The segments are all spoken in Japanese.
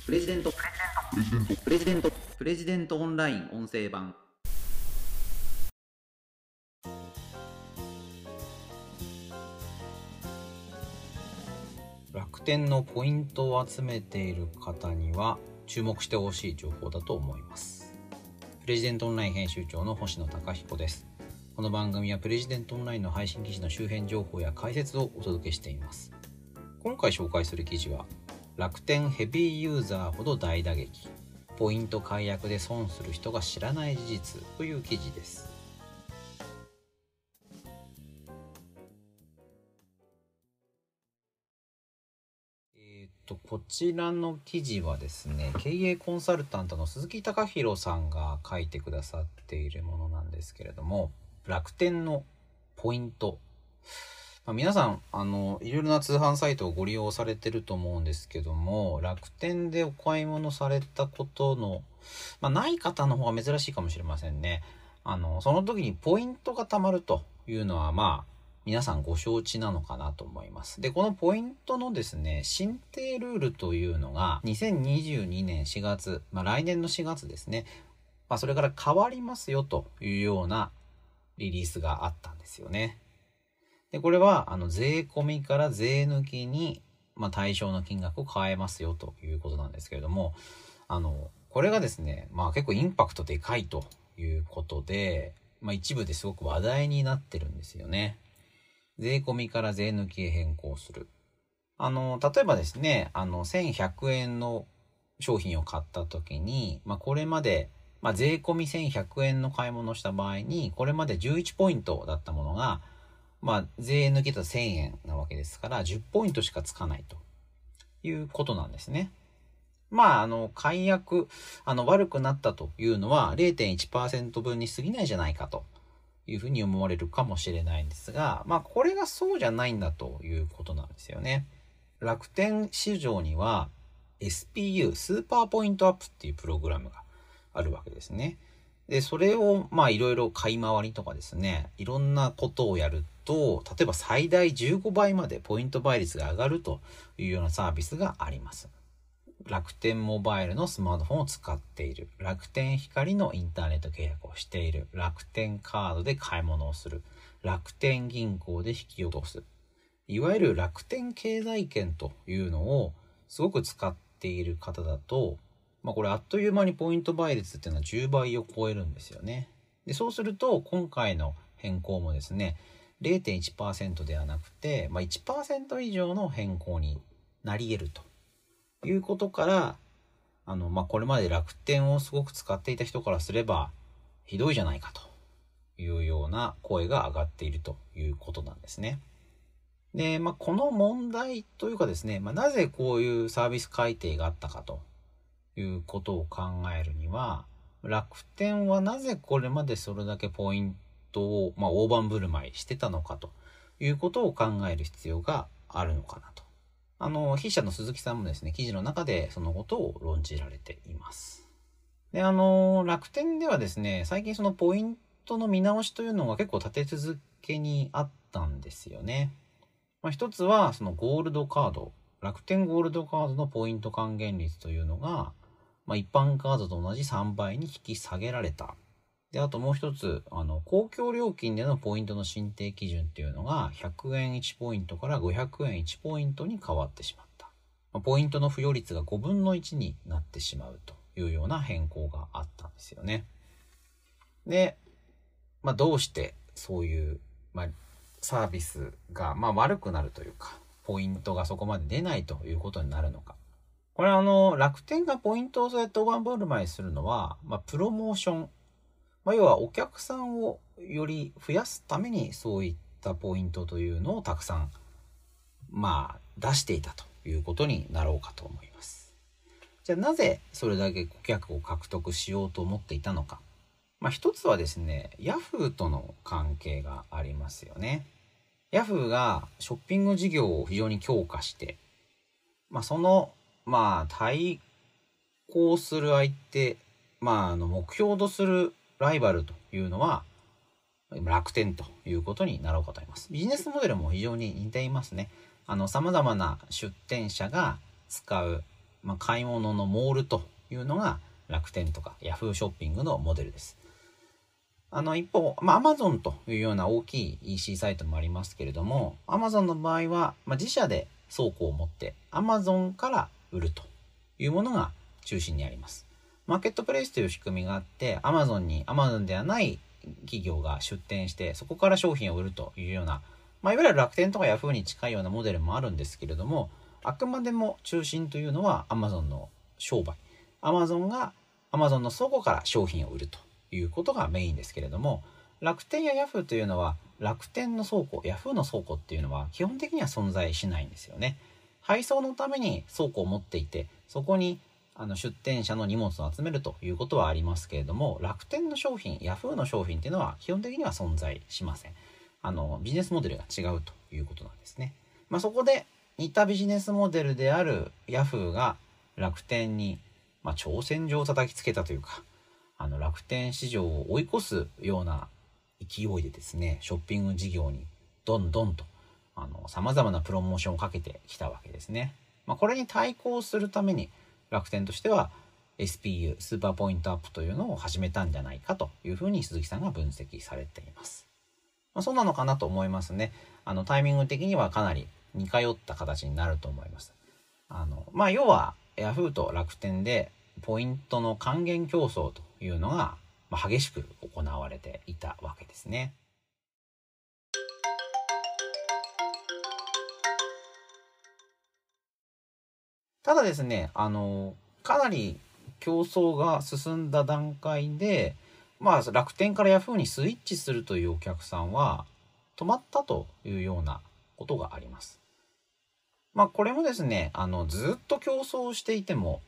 プレジデントオンライン音声版。 楽天のポイントを集めている方には注目してほしい情報だと思います。プレジデントオンライン編集長の星野貴彦です。この番組はプレジデントオンラインの配信記事の周辺情報や解説をお届けしています。今回紹介する記事は、楽天ヘビーユーザーほど大打撃、ポイント解約で損する人が知らない事実という記事です。こちらの記事はですね、経営コンサルタントの鈴木貴弘さんが書いてくださっているものなんですけれども、楽天のポイント、皆さんいろいろな通販サイトをご利用されてると思うんですけども、楽天でお買い物されたことの、ない方の方が珍しいかもしれませんね。その時にポイントが貯まるというのは皆さんご承知なのかなと思います。で、このポイントのですね、申請ルールというのが2022年4月、来年の4月ですね。それから変わりますよというようなリリースがあったんですよね。で、これは税込みから税抜きに対象の金額を変えますよということなんですけれども、これがですね、結構インパクトでかいということで、一部ですごく話題になってるんですよね。税込みから税抜きへ変更する。例えばですね、1100円の商品を買った時に、これまで、税込み1100円の買い物をした場合に、これまで11ポイントだったものが、税抜きだと1000円なわけですから、10ポイントしかつかないということなんですね。解約、悪くなったというのは 0.1% 分に過ぎないじゃないかというふうに思われるかもしれないんですが、これがそうじゃないんだということなんですよね。楽天市場には SPU、スーパーポイントアップっていうプログラムがあるわけですね。で、それをいろいろ買い回りとかですね、いろんなことをやると、例えば最大15倍までポイント倍率が上がるというようなサービスがあります。楽天モバイルのスマートフォンを使っている、楽天光のインターネット契約をしている、楽天カードで買い物をする、楽天銀行で引き落とす、いわゆる楽天経済圏というのをすごく使っている方だと、これあっという間にポイント倍率っていうのは10倍を超えるんですよね。で、そうすると今回の変更もですね、0.1% ではなくて、1% 以上の変更になり得るということから、これまで楽天をすごく使っていた人からすれば、ひどいじゃないかというような声が上がっているということなんですね。で、この問題というかですね、なぜこういうサービス改定があったかということを考えるには、楽天はなぜこれまでそれだけポイントを、大盤振る舞いしてたのかということを考える必要があるのかなと。筆者の鈴木さんもですね、記事の中でそのことを論じられています。で、楽天ではですね、最近そのポイントの見直しというのが結構立て続けにあったんですよね。一つはそのゴールドカード、楽天ゴールドカードのポイント還元率というのが、一般カードと同じ3倍に引き下げられた。で、あともう一つ、公共料金でのポイントの申請基準っていうのが100円1ポイントから500円1ポイントに変わってしまった。ポイントの付与率が5分の1になってしまうというような変更があったんですよね。で、どうしてそういう、サービスが悪くなるというか、ポイントがそこまで出ないということになるのか。これは楽天がポイントをそうやって大盤振る舞いするのは、プロモーション。要はお客さんをより増やすためにそういったポイントというのをたくさん、出していたということになろうかと思います。じゃあなぜそれだけ顧客を獲得しようと思っていたのか。一つはですね、ヤフーとの関係がありますよね。ヤフーがショッピング事業を非常に強化して、その対抗する相手、目標とするライバルというのは楽天ということになろうかと思います。ビジネスモデルも非常に似ていますね。様々な出店者が使う、 買い物のモールというのが楽天とかヤフーショッピングのモデルです。一方、Amazon というような大きい EC サイトもありますけれども、Amazon の場合は、自社で倉庫を持って Amazon から売るというものが中心にあります。マーケットプレイスという仕組みがあって、Amazon に Amazon ではない企業が出店して、そこから商品を売るというような、いわゆる楽天とか Yahoo に近いようなモデルもあるんですけれども、あくまでも中心というのは Amazon の商売。Amazon が Amazon の倉庫から商品を売るということがメインですけれども、楽天や Yahoo というのは楽天の倉庫、Yahoo の倉庫っていうのは基本的には存在しないんですよね。配送のために倉庫を持っていて、そこに出店者の荷物を集めるということはありますけれども、楽天の商品、Yahoo の商品っていうのは基本的には存在しません。ビジネスモデルが違うということなんですね。そこで似たビジネスモデルである Yahoo が楽天に、挑戦状を叩きつけたというか、楽天市場を追い越すような勢いでですね、ショッピング事業にどんどんと様々なプロモーションをかけてきたわけですね。これに対抗するために楽天としては SPU スーパーポイントアップというのを始めたんじゃないかというふうに鈴木さんが分析されています。そうなのかなと思いますね。タイミング的にはかなり似通った形になると思います。要は Yahoo と楽天でポイントの還元競争というのが激しく行われていたわけですね。ただですね、かなり競争が進んだ段階で、楽天から Yahoo にスイッチするというお客さんは止まったというようなことがあります。これもですね、ずっと競争していても、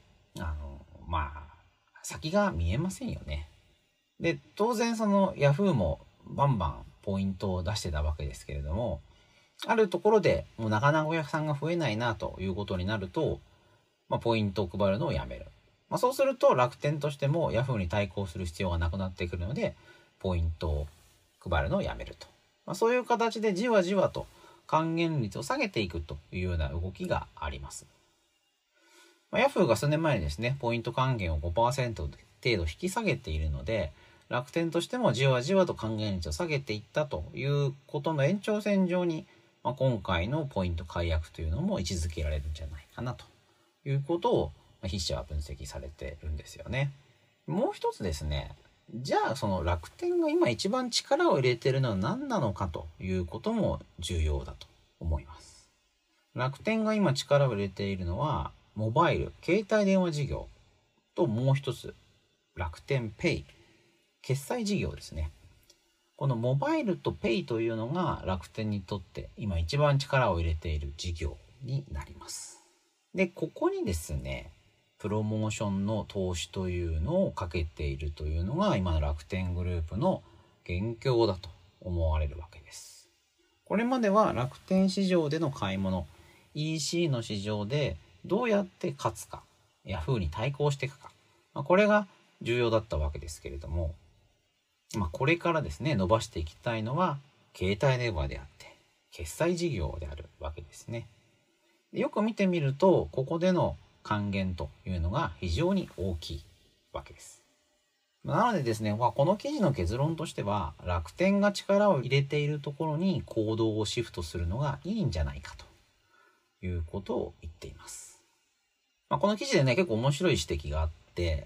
先が見えませんよね。で、当然その Yahoo もバンバンポイントを出してたわけですけれども、あるところでもうなかなかお客さんが増えないなということになると、ポイントを配るのをやめる。そうすると楽天としても Yahoo に対抗する必要がなくなってくるので、ポイントを配るのをやめると。そういう形でじわじわと還元率を下げていくというような動きがあります。Yahoo が数年前にですね、ポイント還元を 5% 程度引き下げているので、楽天としてもじわじわと還元率を下げていったということの延長線上に、今回のポイント解約というのも位置づけられるんじゃないかなということを筆者は分析されてるんですよね。もう一つですね、じゃあその楽天が今一番力を入れているのは何なのかということも重要だと思います。楽天が今力を入れているのはモバイル、携帯電話事業ともう一つ楽天ペイ、決済事業ですね。このモバイルとペイというのが楽天にとって今一番力を入れている事業になります。で、ここにですね、プロモーションの投資というのをかけているというのが今の楽天グループの現況だと思われるわけです。これまでは楽天市場での買い物、EC の市場でどうやって勝つか、Yahoo に対抗していくか、これが重要だったわけですけれども、これからですね、伸ばしていきたいのは携帯電話であって決済事業であるわけですね。よく見てみると、ここでの還元というのが非常に大きいわけです。なのでですね、この記事の結論としては、楽天が力を入れているところに行動をシフトするのがいいんじゃないかということを言っています。この記事でね、結構面白い指摘があって、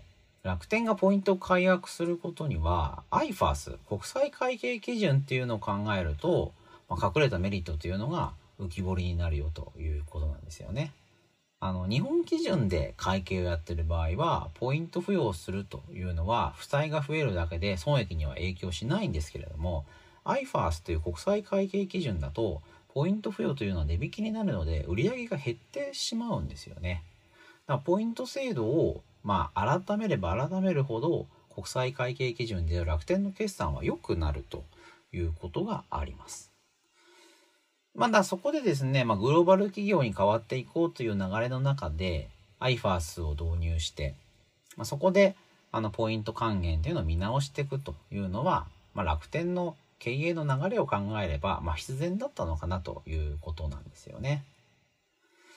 楽天がポイントを解約することには IFRS 国際会計基準っていうのを考えると、隠れたメリットというのが浮き彫りになるよということなんですよね。日本基準で会計をやってる場合はポイント付与をするというのは負債が増えるだけで損益には影響しないんですけれども、 IFRS という国際会計基準だとポイント付与というのは値引きになるので売上が減ってしまうんですよね。だからポイント制度を改めれば改めるほど国際会計基準で楽天の決算は良くなるということがあります。そこでですね、グローバル企業に変わっていこうという流れの中で IFRS を導入して、そこでポイント還元というのを見直していくというのは、楽天の経営の流れを考えれば、必然だったのかなということなんですよね。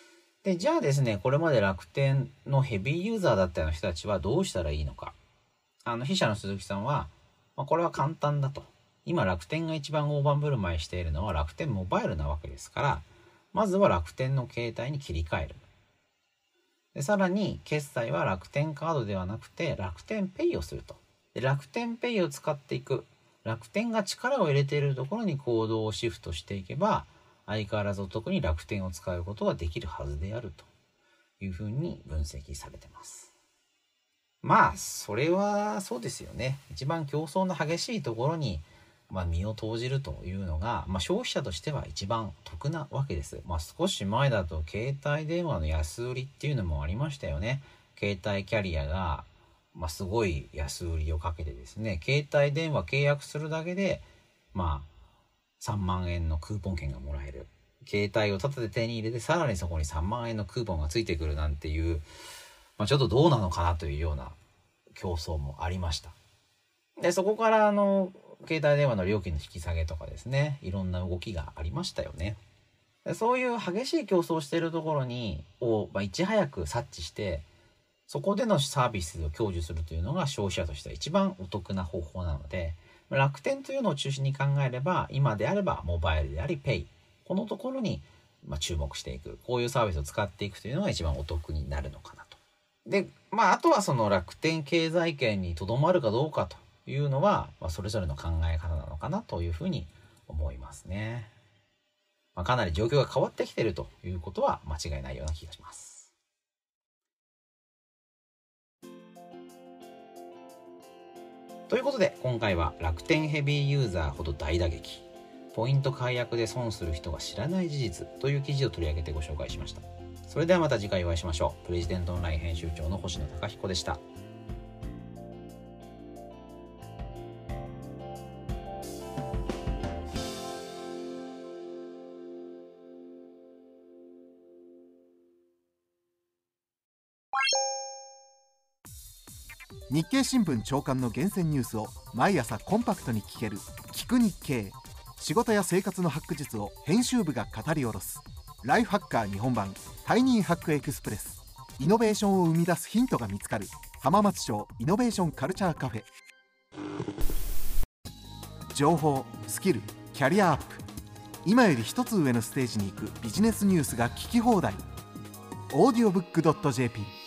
で、じゃあですね、これまで楽天のヘビーユーザーだったような人たちはどうしたらいいのか。筆者の鈴木さんは、これは簡単だと。今楽天が一番大盤振る舞いしているのは楽天モバイルなわけですから、まずは楽天の携帯に切り替える。で、さらに決済は楽天カードではなくて楽天ペイをすると。で、楽天ペイを使っていく。楽天が力を入れているところに行動をシフトしていけば、相変わらずお得に楽天を使うことができるはずであるというふうに分析されてます。それはそうですよね。一番競争の激しいところに、身を投じるというのが、消費者としては一番得なわけです。少し前だと携帯電話の安売りっていうのもありましたよね。携帯キャリアが、すごい安売りをかけてですね、携帯電話契約するだけで、3万円のクーポン券がもらえる。携帯をタダで手に入れて、さらにそこに3万円のクーポンがついてくるなんていう、ちょっとどうなのかなというような競争もありました。で、そこから携帯電話の料金の引き下げとかですね、いろんな動きがありましたよね。で、そういう激しい競争をしているところをいち早く察知して、そこでのサービスを享受するというのが消費者としては一番お得な方法なので、楽天というのを中心に考えれば、今であればモバイルでありペイ、このところに注目していく、こういうサービスを使っていくというのが一番お得になるのかなと。で、あとはその楽天経済圏にとどまるかどうかというのは、それぞれの考え方なのかなというふうに思いますね。かなり状況が変わってきているということは間違いないような気がします。ということで、今回は楽天ヘビーユーザーほど大打撃、ポイント解約で損する人が知らない事実という記事を取り上げてご紹介しました。それではまた次回お会いしましょう。プレジデントオンライン編集長の星野貴彦でした。 日経新聞朝刊の厳選ニュースを毎朝コンパクトに聞ける聞く日経。仕事や生活のハック術を編集部が語り下ろすライフハッカー日本版タイニーハックエクスプレス。イノベーションを生み出すヒントが見つかる浜松町イノベーションカルチャーカフェ。情報、スキル、キャリアアップ、今より一つ上のステージに行くビジネスニュースが聞き放題。audiobook.jp